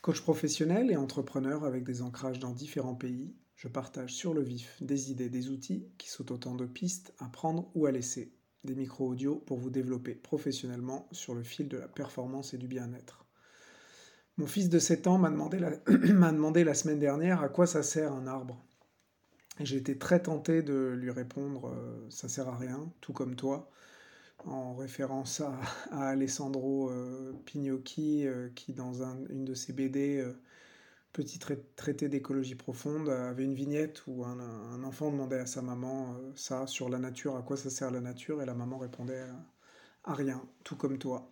Coach professionnel et entrepreneur avec des ancrages dans différents pays, je partage sur le vif des idées, des outils qui sont autant de pistes à prendre ou à laisser. Des micros audio pour vous développer professionnellement sur le fil de la performance et du bien-être. Mon fils de 7 ans m'a demandé la semaine dernière à quoi ça sert un arbre. Et j'ai été très tenté de lui répondre ça sert à rien, tout comme toi, en référence à Alessandro Pignocchi qui dans une de ses BD Petit traité d'écologie profonde avait une vignette où un enfant demandait à sa maman ça sur la nature, à quoi ça sert la nature, et la maman répondait à rien, tout comme toi.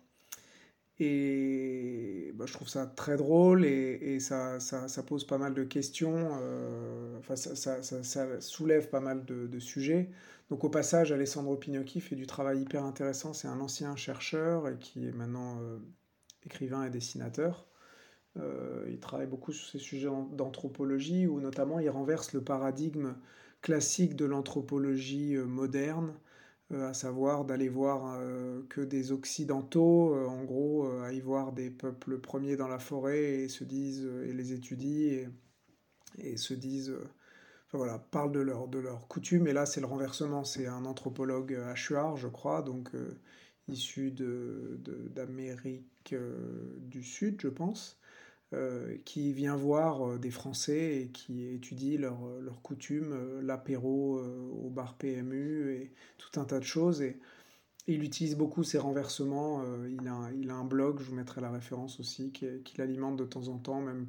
Et bah, je trouve ça très drôle et ça pose pas mal de questions, enfin ça soulève pas mal de sujets. Donc au passage, Alessandro Pignocchi fait du travail hyper intéressant, c'est un ancien chercheur et qui est maintenant écrivain et dessinateur. Il travaille beaucoup sur ces sujets d'anthropologie, où notamment il renverse le paradigme classique de l'anthropologie moderne, à savoir d'aller voir que des occidentaux, en gros, à y voir des peuples premiers dans la forêt et se disent, et les étudient et se disent, enfin voilà, parlent de leurs coutumes. Et là, c'est le renversement. C'est un anthropologue Achuar, je crois, donc issu d'Amérique du Sud, je pense, qui vient voir des Français et qui étudie leurs coutumes, l'apéro au bar PMU et tout un tas de choses. Et il utilise beaucoup ces renversements. Il a un blog, je vous mettrai la référence aussi, qu'il alimente de temps en temps, même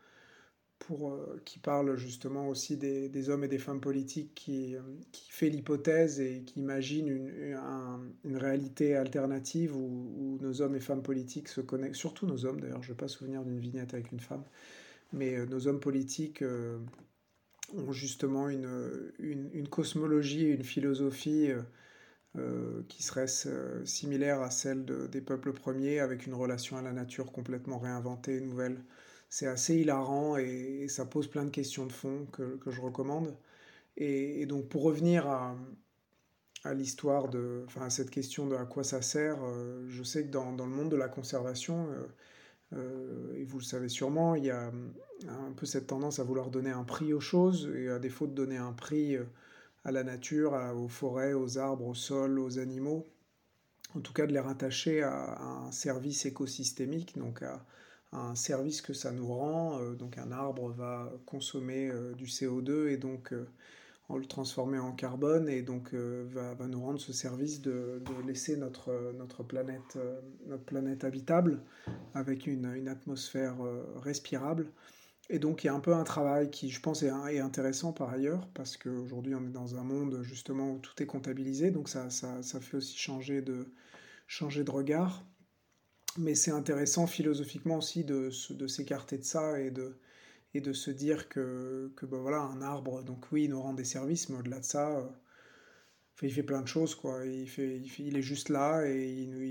qui parle justement aussi des hommes et des femmes politiques, qui fait l'hypothèse et qui imagine une réalité alternative où nos hommes et femmes politiques se connectent, surtout nos hommes d'ailleurs, je n'ai pas souvenir d'une vignette avec une femme, mais nos hommes politiques ont justement une cosmologie et une philosophie qui serait similaire à celle des peuples premiers, avec une relation à la nature complètement réinventée, nouvelle. C'est assez hilarant et ça pose plein de questions de fond que je recommande. Et donc pour revenir à l'histoire enfin à cette question de à quoi ça sert, je sais que dans le monde de la conservation, et vous le savez sûrement, il y a un peu cette tendance à vouloir donner un prix aux choses, et à défaut de donner un prix à la nature, aux forêts, aux arbres, au sol, aux animaux, en tout cas de les rattacher à un service écosystémique, donc à un service que ça nous rend. Donc un arbre va consommer du CO2 et donc on le transformer en carbone et donc va nous rendre ce service de laisser notre planète habitable avec une atmosphère respirable. Et donc il y a un peu un travail qui, je pense, est intéressant par ailleurs, parce qu'aujourd'hui on est dans un monde justement où tout est comptabilisé, donc ça fait aussi changer de regard. Mais c'est intéressant philosophiquement aussi de s'écarter de ça et de se dire que ben voilà, un arbre, donc oui, il nous rend des services, mais au-delà de ça, il fait plein de choses, quoi. Il est juste là et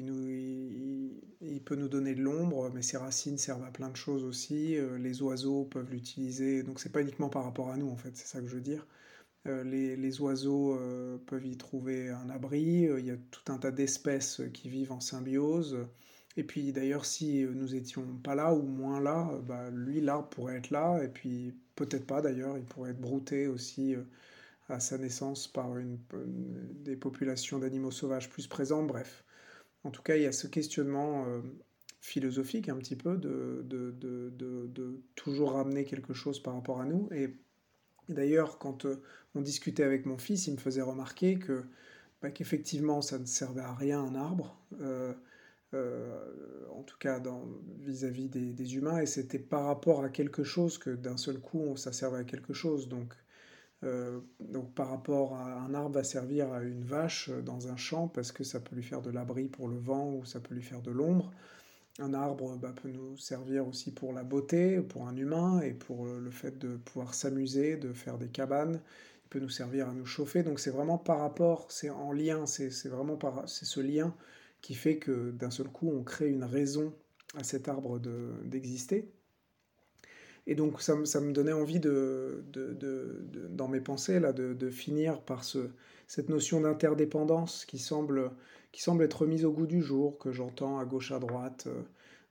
il peut nous donner de l'ombre, mais ses racines servent à plein de choses aussi. Les oiseaux peuvent l'utiliser, donc c'est pas uniquement par rapport à nous, en fait, c'est ça que je veux dire. Les oiseaux peuvent y trouver un abri. Il y a tout un tas d'espèces qui vivent en symbiose. Et puis d'ailleurs, si nous étions pas là ou moins là, bah, lui, l'arbre pourrait être là. Et puis peut-être pas d'ailleurs, il pourrait être brouté aussi à sa naissance par des populations d'animaux sauvages plus présentes. Bref, en tout cas, il y a ce questionnement philosophique un petit peu de toujours ramener quelque chose par rapport à nous. Et d'ailleurs, quand on discutait avec mon fils, il me faisait remarquer bah, qu'effectivement, ça ne servait à rien un arbre, en tout cas vis-à-vis des humains, et c'était par rapport à quelque chose que d'un seul coup, ça servait à quelque chose. Donc par rapport à un arbre va servir à une vache dans un champ parce que ça peut lui faire de l'abri pour le vent ou ça peut lui faire de l'ombre. Un arbre bah, peut nous servir aussi pour la beauté, pour un humain, et pour le fait de pouvoir s'amuser, de faire des cabanes. Il peut nous servir à nous chauffer. Donc c'est vraiment par rapport, c'est en lien, c'est ce lien qui fait que d'un seul coup on crée une raison à cet arbre d'exister. Et donc ça me donnait envie dans mes pensées là, de finir par cette notion d'interdépendance qui semble être mise au goût du jour, que j'entends à gauche à droite,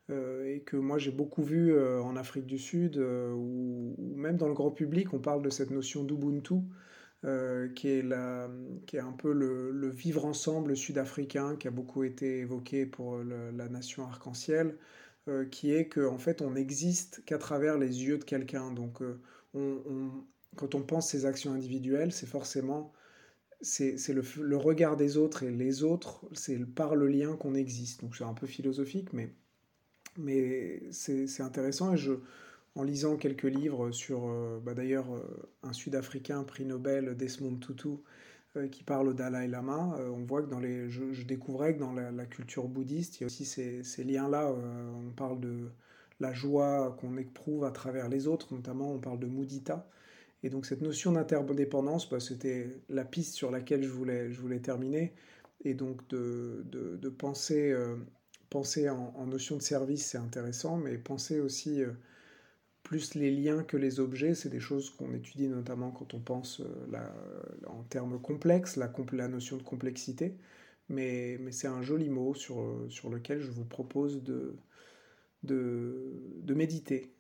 et que moi j'ai beaucoup vu en Afrique du Sud, ou même dans le grand public, on parle de cette notion d'Ubuntu, qui est qui est un peu le vivre ensemble sud-africain qui a beaucoup été évoqué pour la nation arc-en-ciel, qui est qu'en fait on n'existe qu'à travers les yeux de quelqu'un. Donc quand on pense ces actions individuelles, c'est forcément c'est le regard des autres, et les autres, c'est par le lien qu'on existe. Donc c'est un peu philosophique, mais c'est intéressant. En lisant quelques livres sur, d'ailleurs, un Sud-Africain, prix Nobel, Desmond Tutu, qui parle au Dalai Lama, on voit que je découvrais que dans la culture bouddhiste, il y a aussi ces liens-là. On parle de la joie qu'on éprouve à travers les autres, notamment on parle de mudita. Et donc cette notion d'interdépendance, c'était la piste sur laquelle je voulais terminer. Et donc de penser, penser en notion de service, c'est intéressant, mais penser aussi plus les liens que les objets, c'est des choses qu'on étudie notamment quand on pense en termes complexes, la notion de complexité. Mais c'est un joli mot sur lequel je vous propose de méditer.